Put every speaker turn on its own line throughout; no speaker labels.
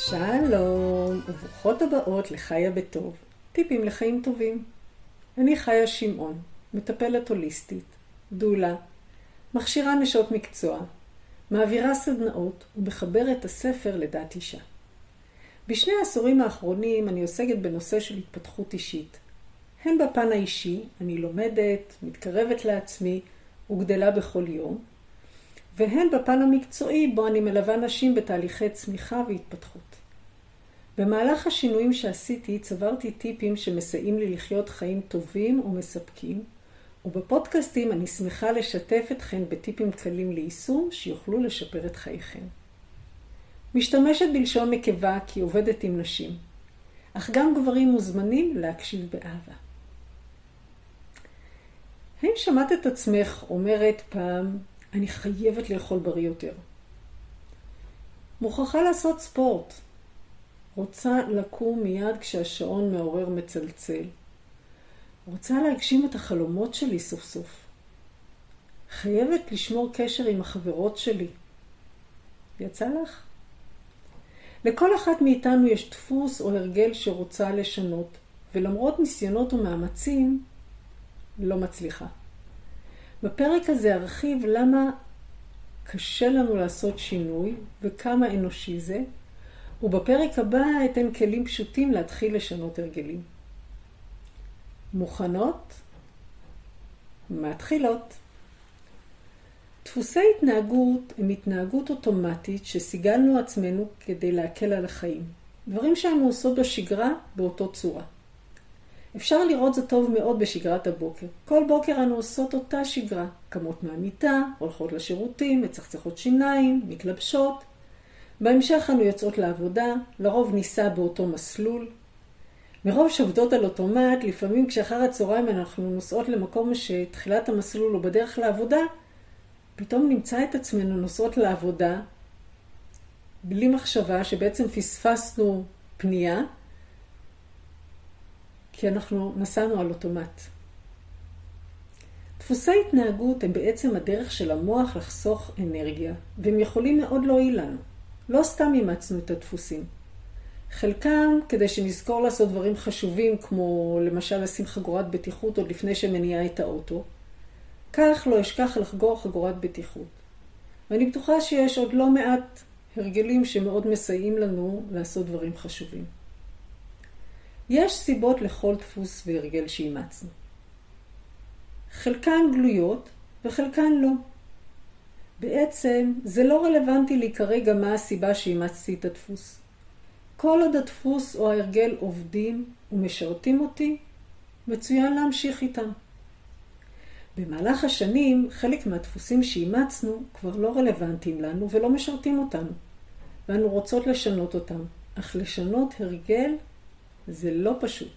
שלום וברוכות הבאות לחיה בטוב, טיפים לחיים טובים. אני חיה שמעון, מטפלת הוליסטית, דולה, מכשירה נשות מקצוע, מעבירה סדנאות ומחברת הספר לדת אישה. בשני העשורים האחרונים אני עוסקת בנושא של התפתחות אישית. הן בפן האישי, אני לומדת, מתקרבת לעצמי וגדלה בכל יום, והן בפן המקצועי בו אני מלווה נשים בתהליכי צמיחה והתפתחות. במהלך השינויים שעשיתי צברתי טיפים שמסייעים לי לחיות חיים טובים ומספקים, ובפודקאסטים אני שמחה לשתף אתכם בטיפים קלים ליישום שיוכלו לשפר את חייכם. משתמשת בלשון נקבה כי עובדת עם נשים, אך גם גברים מוזמנים להקשיב באהבה. האם שמעת את עצמך אומרת פעם, אני חייבת לאכול בריא יותר? מוכרחה לעשות ספורט. רוצה לקום מיד כשהשעון מעורר מצלצל. רוצה להגשים את החלומות שלי סוף סוף. חייבת לשמור קשר עם החברות שלי. יצא לך? לכל אחת מאיתנו יש דפוס או הרגל שרוצה לשנות, ולמרות ניסיונות ומאמצים, לא מצליחה. בפרק הזה ארחיב למה קשה לנו לעשות שינוי וכמה אנושי זה, ובפרק הבא אתן כלים פשוטים להתחיל לשנות הרגלים. מוכנות? מתחילות. דפוסי התנהגות הם התנהגות אוטומטית שסיגלנו עצמנו כדי להקל על החיים. דברים שאנו עושות בשגרה באותו צורה. אפשר לראות זה טוב מאוד בשגרת הבוקר. כל בוקר אנו עושות אותה שגרה. קמות מהמיטה, הולכות לשירותים, מצחצחות שיניים, מתלבשות. בהמשך אנו יוצאות לעבודה, לרוב ניסה באותו מסלול. מרוב שעובדות על אוטומט, לפעמים כשאחר הצהריים אנחנו נוסעות למקום שתחילת המסלול הוא בדרך לעבודה, פתאום נמצא את עצמנו נוסעות לעבודה, בלי מחשבה שבעצם פספסנו פנייה, כי אנחנו נסענו על אוטומט. דפוסי התנהגות הם בעצם הדרך של המוח לחסוך אנרגיה, והם יכולים מאוד להועיל לנו. לא סתם אימצנו את הדפוסים. חלקם כדי שנזכור לעשות דברים חשובים, כמו למשל לשים חגורת בטיחות עוד לפני שמניעה את האוטו. כך לא אשכח לחגור חגורת בטיחות. ואני בטוחה שיש עוד לא מעט הרגלים שמאוד מסייעים לנו לעשות דברים חשובים. יש סיבות לכל דפוס והרגל שאימצנו. חלקן גלויות וחלקן לא. בעצם זה לא רלוונטי לי כרגע מה הסיבה שאימצתי את הדפוס. כל עוד הדפוס או ההרגל עובדים ומשרתים אותי, מצוין להמשיך איתם. במהלך השנים, חלק מהדפוסים שאימצנו כבר לא רלוונטיים לנו ולא משרתים אותנו, ואנו רוצות לשנות אותם. אך לשנות הרגל זה לא פשוט.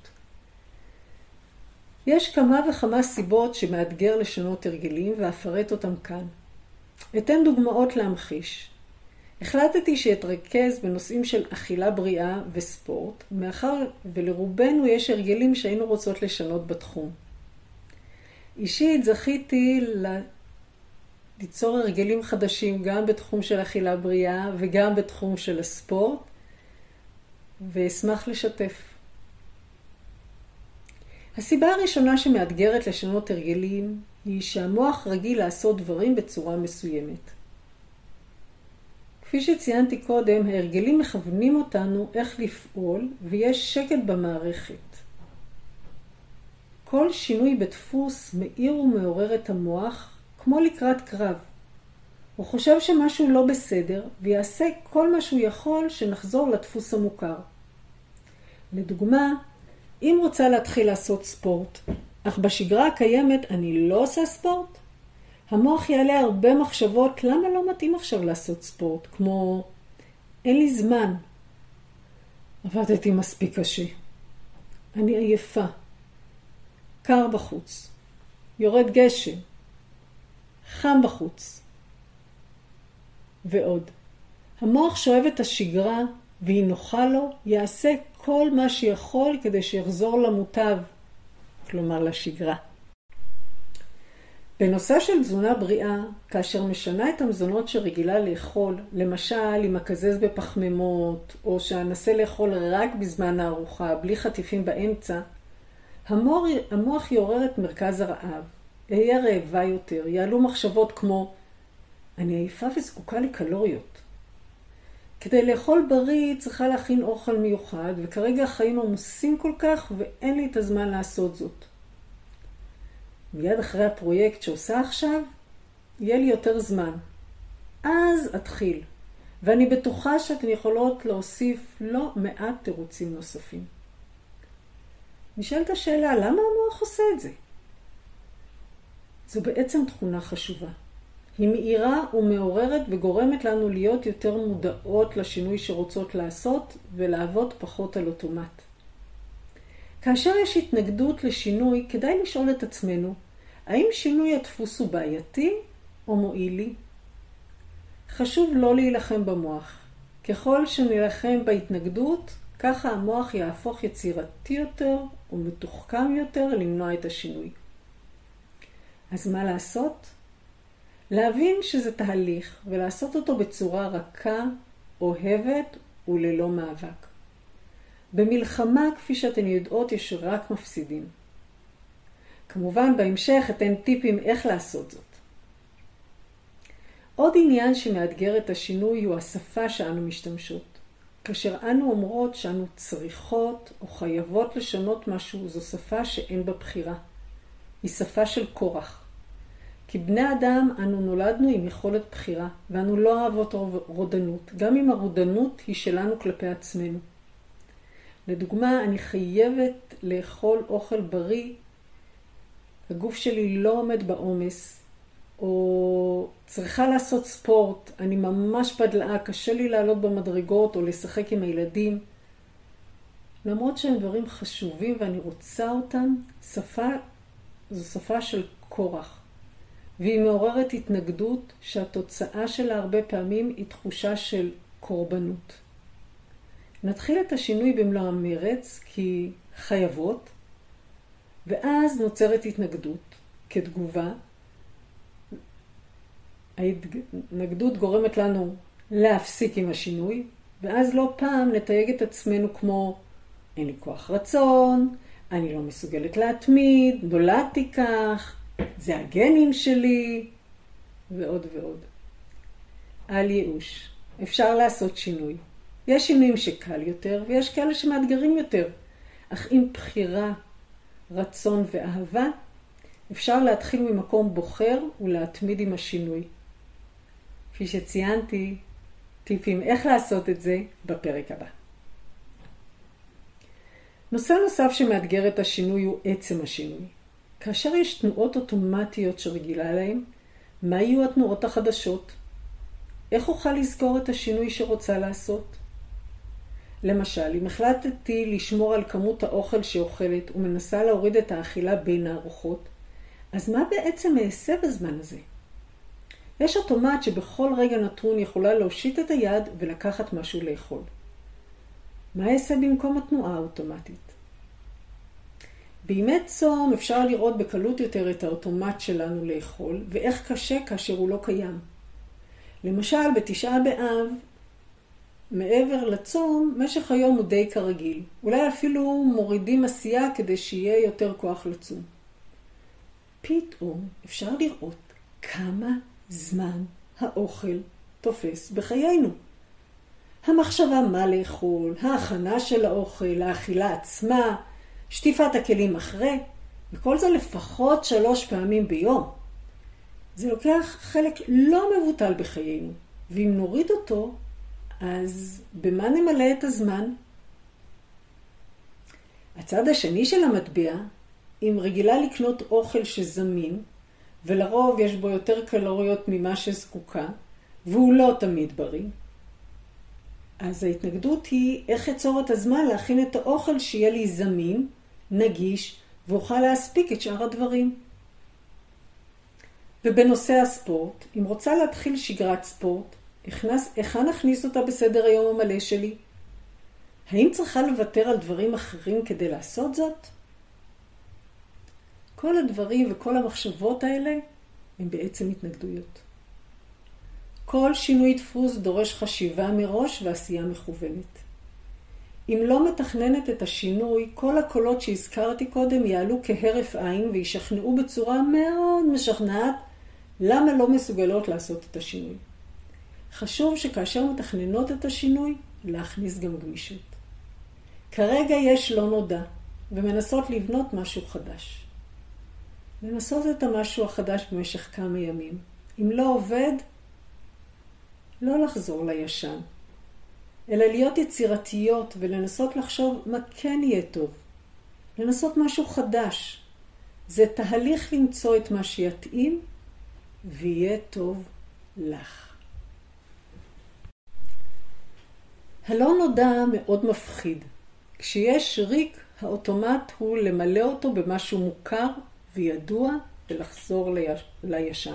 יש כמה וכמה סיבות שמאתגר לשנות הרגלים ואפרט אותם כאן. אתן דוגמאות להמחיש. החלטתי שאתרכז בנושאים של אכילה בריאה וספורט, מאחר ולרובנו יש הרגלים שהיינו רוצות לשנות בתחום. אישית זכיתי ליצור הרגלים חדשים גם בתחום של אכילה בריאה וגם בתחום של הספורט, ואשמח לשתף. הסיבה הראשונה שמאתגרת לשנות הרגלים היא שהמוח רגיל לעשות דברים בצורה מסוימת. כפי שציינתי קודם, ההרגלים מכוונים אותנו איך לפעול ויש שקט במערכת. כל שינוי בדפוס מאיר ומעורר את המוח כמו לקראת קרב. הוא חושב שמשהו לא בסדר ויעשה כל מה שהוא יכול שנחזור לדפוס המוכר. לדוגמה, אם רוצה להתחיל לעשות ספורט, אך בשגרה הקיימת אני לא עושה ספורט, המוח יעלה הרבה מחשבות למה לא מתאים עכשיו לעשות ספורט, כמו אין לי זמן, עבדתי מספיק קשה, אני עייפה, קר בחוץ, יורד גשם, חם בחוץ, ועוד. המוח שואב את השגרה והיא נוחה לו, יעשה כל מה שיכול כדי שיחזור למוטב, כלומר לשגרה. בנושא של תזונה בריאה, כאשר משנה את המזונות שרגילה לאכול, למשל אם אקזז בפחמימות, או שאנסה לאכול רק בזמן הארוחה, בלי חטיפים באמצע, המוח יעורר את מרכז הרעב, אהיה רעבה יותר, יעלו מחשבות כמו, אני עייפה וזקוקה לקלוריות. כדי לאכול בריא צריכה להכין אוכל מיוחד, וכרגע החיים עמוסים כל כך ואין לי את הזמן לעשות זאת. מיד אחרי הפרויקט שעושה עכשיו, יהיה לי יותר זמן. אז אתחיל, ואני בטוחה שאתן יכולות להוסיף לא מעט תירוצים נוספים. נשאלת השאלה, למה המוח עושה את זה? זו בעצם תכונה חשובה. היא מאירה ומעוררת וגורמת לנו להיות יותר מודעות לשינוי שרוצות לעשות ולעבוד פחות על אוטומט. כאשר יש התנגדות לשינוי, כדאי לשאול את עצמנו, האם שינוי הדפוס הוא בעייתי או מועיל לי? חשוב לא להילחם במוח. ככל שנילחם בהתנגדות, ככה המוח יהפוך יצירתי יותר ומתוחכם יותר למנוע את השינוי. אז מה לעשות? להבין שזה תהליך ולעשות אותו בצורה רכה, אוהבת וללא מאבק. במלחמה, כפי שאתן יודעות, יש רק מפסידים. כמובן, בהמשך אתן טיפים איך לעשות זאת. עוד עניין שמאתגר את השינוי הוא השפה שאנו משתמשות. כאשר אנו אומרות שאנו צריכות או חייבות לשנות משהו, זו שפה שאין בה בחירה. היא שפה של כורח. כי בני אדם אנו נולדנו עם יכולת בחירה, ואנו לא אוהבות רודנות, גם אם הרודנות היא שלנו כלפי עצמנו. לדוגמה, אני חייבת לאכול אוכל בריא, הגוף שלי לא עומד בעומס, או צריכה לעשות ספורט, אני ממש פדלאה, קשה לי לעלות במדרגות או לשחק עם הילדים. למרות שהם דברים חשובים ואני רוצה אותם, זו שפה של כורח. והיא מעוררת התנגדות שהתוצאה שלה הרבה פעמים היא תחושה של קורבנות. נתחיל את השינוי במלוא המרץ כי חייבות, ואז נוצרת התנגדות כתגובה. ההתנגדות גורמת לנו להפסיק עם השינוי, ואז לא פעם נתייג את עצמנו כמו אין לי כוח רצון, אני לא מסוגלת להתמיד, נולדתי כך, זה הגנים שלי, ועוד ועוד. אל ייאוש. אפשר לעשות שינוי. יש שינויים שקל יותר, ויש כאלה שמאתגרים יותר. אך עם בחירה, רצון ואהבה, אפשר להתחיל ממקום בוחר ולהתמיד עם השינוי. כפי שציינתי, טיפים איך לעשות את זה בפרק הבא. נושא נוסף שמאתגר את השינוי הוא עצם השינוי. כאשר יש תנועות אוטומטיות שרגילה להן, מה יהיו התנועות החדשות? איך אוכל לזכור את השינוי שרוצה לעשות? למשל, אם החלטתי לשמור על כמות האוכל שאוכלת ומנסה להוריד את האכילה בין הארוחות, אז מה בעצם אעשה בזמן הזה? יש אוטומט שבכל רגע נתון יכולה להושיט את היד ולקחת משהו לאכול. מה אעשה במקום התנועה האוטומטית? בימי צום אפשר לראות בקלות יותר את האוטומט שלנו לאכול, ואיך קשה כאשר הוא לא קיים. למשל, בתשעה באב, מעבר לצום, משך היום הוא די כרגיל. אולי אפילו מורידים עשייה כדי שיהיה יותר כוח לצום. פתאום אפשר לראות כמה זמן האוכל תופס בחיינו. המחשבה מה לאכול, ההכנה של האוכל, האכילה עצמה, שטיפת הכלים אחרי, וכל זה לפחות 3 פעמים ביום. זה לוקח חלק לא מבוטל בחיינו, ואם נוריד אותו, אז במה נמלא את הזמן? הצד השני של המטבע, אם רגילה לקנות אוכל שזמין, ולרוב יש בו יותר קלוריות ממה שזקוקה, והוא לא תמיד בריא, אז ההתנגדות היא איך אצור את הזמן להכין את האוכל שיהיה לי זמין, נגיש, ואוכל להספיק את שאר הדברים. ובנושא הספורט, אם רוצה להתחיל שגרת ספורט, איך נכניס אותה בסדר היום המלא שלי? האם צריכה לוותר על דברים אחרים כדי לעשות זאת? כל הדברים וכל המחשבות האלה הם בעצם התנגדויות. כל שינוי דפוס דורש חשיבה מראש ועשייה מכוונת. אם לא מתכננת את השינוי, כל הקולות שהזכרתי קודם יעלו כהרף עין וישכנעו בצורה מאוד משכנעת למה לא מסוגלות לעשות את השינוי. חשוב שכאשר מתכננות את השינוי, להכניס גם גמישות. כרגע יש לא נודע, ומנסות לבנות משהו חדש. לנסות את המשהו החדש במשך כמה ימים. אם לא עובד, לא לחזור לישן, אלא להיות יצירתיות ולנסות לחשוב מה כן יהיה טוב. לנסות משהו חדש. זה תהליך למצוא את מה שיתאים ויהיה טוב לך. הלא נודע מאוד מפחיד. כשיש ריק, האוטומט הוא למלא אותו במשהו מוכר וידוע ולחזור לישן.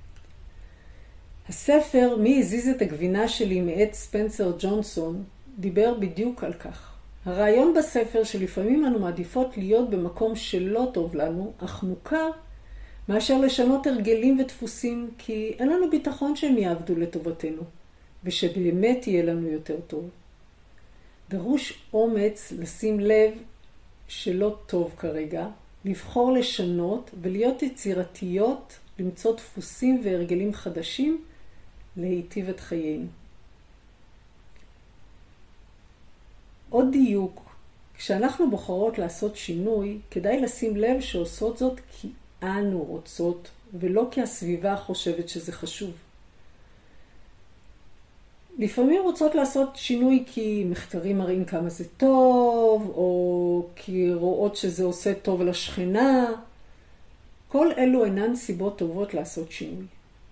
הספר "מי הזיז את הגבינה שלי" מאת ספנסר ג'ונסון דיבר בדיוק על כך. הרעיון בספר שלפעמים אנו מעדיפות להיות במקום שלא טוב לנו, אך מוכר, מאשר לשנות הרגלים ודפוסים, כי אין לנו ביטחון שהם יעבדו לטובתנו, ושבאמת יהיה לנו יותר טוב. דרוש אומץ לשים לב שלא טוב כרגע, לבחור לשנות ולהיות יצירתיות, למצוא דפוסים והרגלים חדשים, להיטיב את חיינו. עוד דיוק, כשאנחנו בוחרות לעשות שינוי, כדאי לשים לב שעושות זאת כי אנו רוצות, ולא כי הסביבה חושבת שזה חשוב. לפעמים רוצות לעשות שינוי כי מחקרים מראים כמה זה טוב, או כי רואות שזה עושה טוב לשכנה. כל אלו אינן סיבות טובות לעשות שינוי.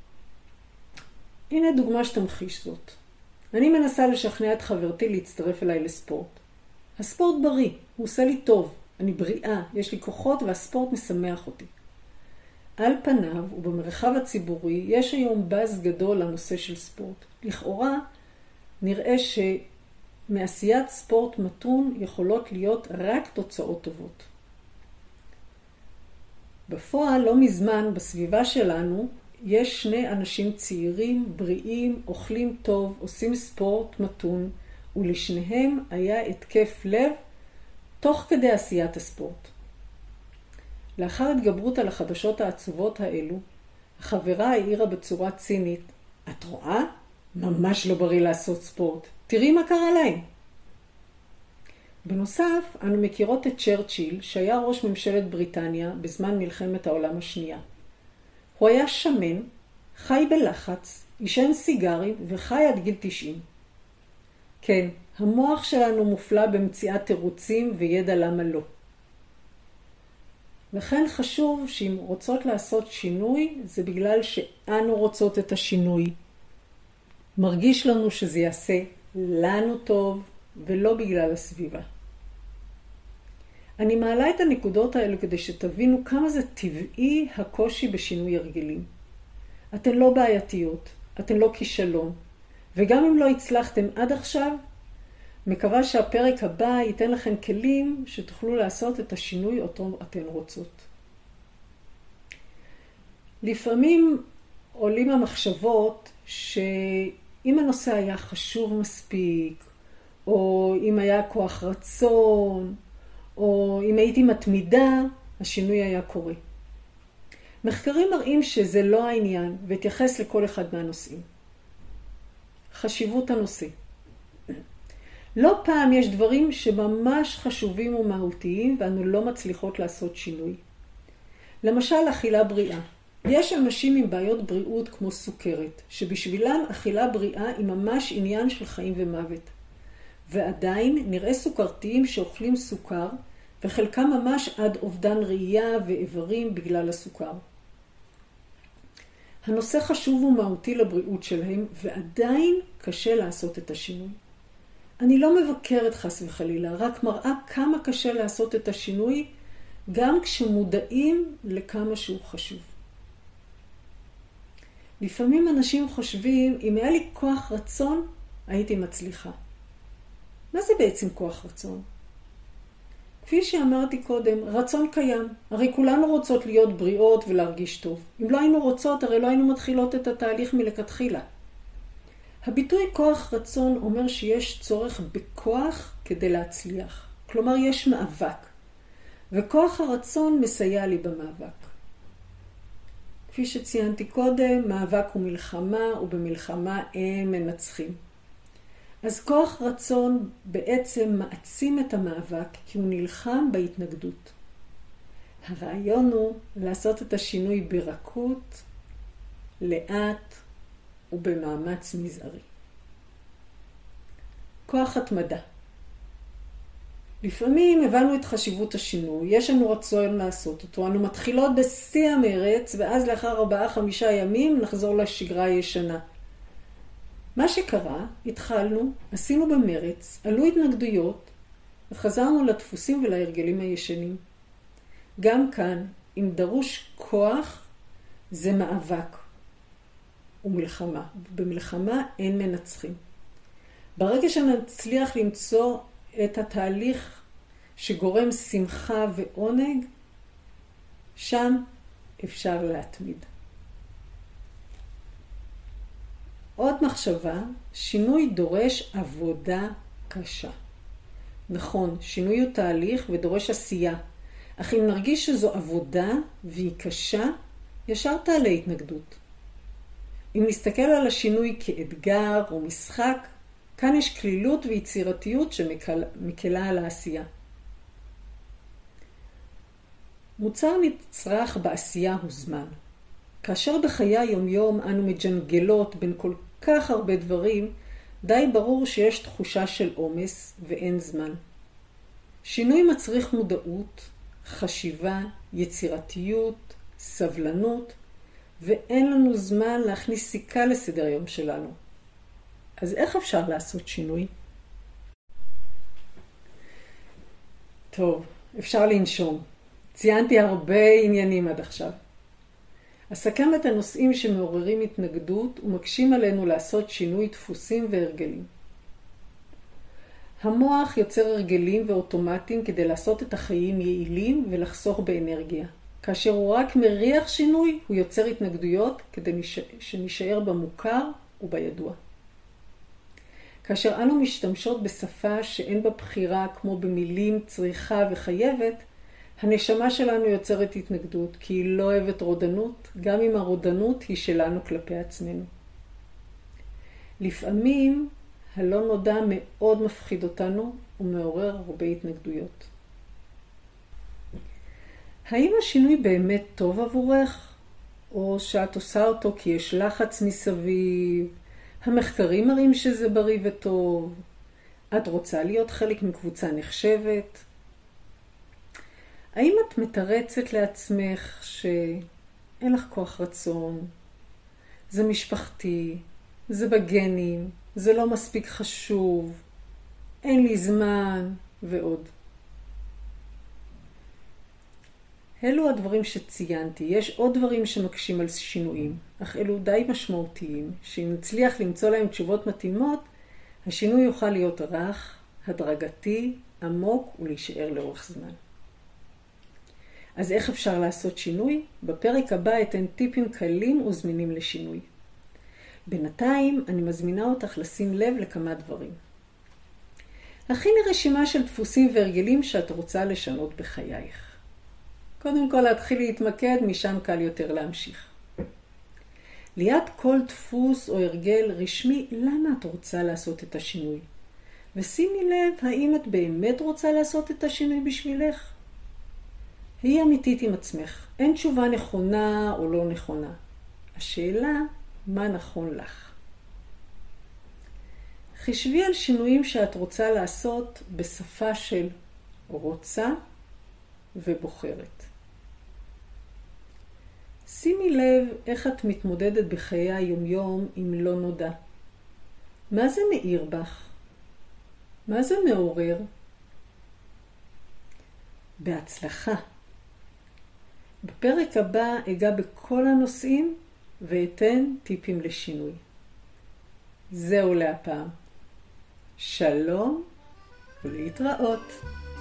הנה דוגמה שתמחיש זאת. אני מנסה לשכנע את חברתי להצטרף אליי לספורט. הספורט בריא, הוא עושה לי טוב, אני בריאה, יש לי כוחות והספורט משמח אותי. על פניו ובמרחב הציבורי יש היום בז גדול לנושא של ספורט. לכאורה נראה שמעשיית ספורט מתון יכולות להיות רק תוצאות טובות. בפועל לא מזמן בסביבה שלנו יש שני אנשים צעירים, בריאים, אוכלים טוב, עושים ספורט מתון, ולשניהם היה התקף לב תוך כדי עשיית הספורט. לאחר התגברות על החדשות העצובות האלו, החברה העירה בצורה צינית, את רואה? ממש לא בריא לעשות ספורט. תראי מה קרה להם. בנוסף, אנו מכירות את צ'רצ'יל, שהיה ראש ממשלת בריטניה בזמן מלחמת העולם השנייה. הוא היה שמן, חי בלחץ, עישן סיגרים וחי עד גיל 90. כן, המוח שלנו מופלא במציאת תירוצים וידע למה לא. לכן חשוב שאם רוצות לעשות שינוי, זה בגלל שאנו רוצות את השינוי. מרגיש לנו שזה יעשה לנו טוב ולא בגלל הסביבה. אני מעלה את הנקודות האלו כדי שתבינו כמה זה טבעי הקושי בשינוי הרגלים. אתן לא בעייתיות, אתן לא כישלון, וגם אם לא הצלחתם עד עכשיו, מקווה שהפרק הבא ייתן לכם כלים שתוכלו לעשות את השינוי אותו אתן רוצות. לפעמים עולים המחשבות שאם הנושא היה חשוב מספיק, או אם היה כוח רצון, או אם הייתי מתמידה, השינוי היה קורה. מחקרים מראים שזה לא העניין, והתייחס לכל אחד מהנושאים. חשיבות הנושא. לא פעם יש דברים שממש חשובים ומהותיים, ואנו לא מצליחות לעשות שינוי. למשל, אכילה בריאה. יש אנשים עם בעיות בריאות כמו סוכרת, שבשבילם אכילה בריאה היא ממש עניין של חיים ומוות. ועדיין נראה סוכרתיים שאוכלים סוכר, וחלקם ממש עד אובדן ראייה ואיברים בגלל הסוכר. הנושא חשוב ומהותי לבריאות שלהם, ועדיין קשה לעשות את השינוי. אני לא מבקרת חס וחלילה, רק מראה כמה קשה לעשות את השינוי, גם כשמודעים לכמה שהוא חשוב. לפעמים אנשים חושבים, אם היה לי כוח רצון, הייתי מצליחה. מה זה בעצם כוח רצון? כפי שאמרתי קודם, רצון קיים. הרי כולנו רוצות להיות בריאות ולהרגיש טוב. אם לא היינו רוצות, הרי לא היינו מתחילות את התהליך מלכתחילה. הביטוי כוח רצון אומר שיש צורך בכוח כדי להצליח. כלומר, יש מאבק. וכוח הרצון מסייע לי במאבק. כפי שציינתי קודם, מאבק הוא מלחמה, ובמלחמה אין מנצחים. אז כוח רצון בעצם מעצים את המאבק, כי הוא נלחם בהתנגדות. הרעיון הוא לעשות את השינוי ברכות, לאט ובמאמץ מזערי. כוח התמדה. לפעמים הבנו את חשיבות השינוי, יש לנו רצון לעשות אותו, אנו מתחילות בשיא המרץ, ואז לאחר 4-5 ימים נחזור לשגרה הישנה. מה שקרה, התחלנו, עשינו במרץ, עלו התנגדויות, וחזרנו לדפוסים ולהרגלים הישנים. גם כאן, אם דרוש כוח, זה מאבק ומלחמה. במלחמה אין מנצחים. ברגע שנצליח למצוא את התהליך שגורם שמחה ועונג, שם אפשר להתמיד. עוד מחשבה, שינוי דורש עבודה קשה. נכון, שינוי הוא תהליך ודורש עשייה, אך אם נרגיש שזו עבודה והיא קשה, ישר תעלה התנגדות. אם נסתכל על השינוי כאתגר או משחק, כאן יש כלילות ויצירתיות שמקלה על העשייה. מוצר נצרך בעשייה הוא זמן. כאשר בחיי היום-יום אנו מג'נגלות בין כל כך הרבה דברים, די ברור שיש תחושה של עומס ואין זמן. שינוי מצריך מודעות, חשיבה, יצירתיות, סבלנות, ואין לנו זמן להכניס סיכה לסדר היום שלנו. אז איך אפשר לעשות שינוי? טוב, אפשר לנשום. ציינתי הרבה עניינים עד עכשיו. אסכם את הנושאים שמעוררים התנגדות ומקשים עלינו לעשות שינוי דפוסים והרגלים. המוח יוצר הרגלים ואוטומטים כדי לעשות את החיים יעילים ולחסוך באנרגיה. כאשר הוא רק מריח שינוי, הוא יוצר התנגדויות כדי שנשאר במוכר ובידוע. כאשר אנו משתמשות בשפה שאין בה בחירה כמו במילים צריכה וחייבת, הנשמה שלנו יוצרת התנגדות, כי היא לא אוהבת רודנות, גם אם הרודנות היא שלנו כלפי עצמנו. לפעמים הלא נודע מאוד מפחיד אותנו ומעורר הרבה התנגדויות. האם השינוי באמת טוב עבורך? או שאת עושה אותו כי יש לחץ מסביב? המחקרים מראים שזה בריא וטוב? את רוצה להיות חלק מקבוצה נחשבת? האם את מתרצת לעצמך שאין לך כוח רצון? זה משפחתי, זה בגנים, זה לא מספיק חשוב, אין לי זמן ועוד. אלו הדברים שציינתי. יש עוד דברים שמקשים על שינויים, אך אלו די משמעותיים, שאם נצליח למצוא להם תשובות מתאימות, השינוי יוכל להיות רך, הדרגתי, עמוק ולהישאר לאורך זמן. אז איך אפשר לעשות שינוי? בפרק הבא אתן טיפים קלים וזמינים לשינוי. בינתיים אני מזמינה אותך לשים לב לכמה דברים. הכיני רשימה של דפוסים והרגלים שאת רוצה לשנות בחייך. קודם כל להתחיל להתמקד, משם קל יותר להמשיך. ליד כל דפוס או הרגל רשמי, למה את רוצה לעשות את השינוי? ושימי לב, האם את באמת רוצה לעשות את השינוי בשבילך? היא אמיתית עם עצמך. אין תשובה נכונה או לא נכונה. השאלה, מה נכון לך? חשבי על שינויים שאת רוצה לעשות בשפה של רוצה ובוחרת. שימי לב איך את מתמודדת בחיי היומיום עם לא נודע. מה זה מאיר בך? מה זה מעורר? בהצלחה. בפרק הבא אגע בכל הנושאים ואתן טיפים לשינוי. זהו להפעם. שלום ולהתראות.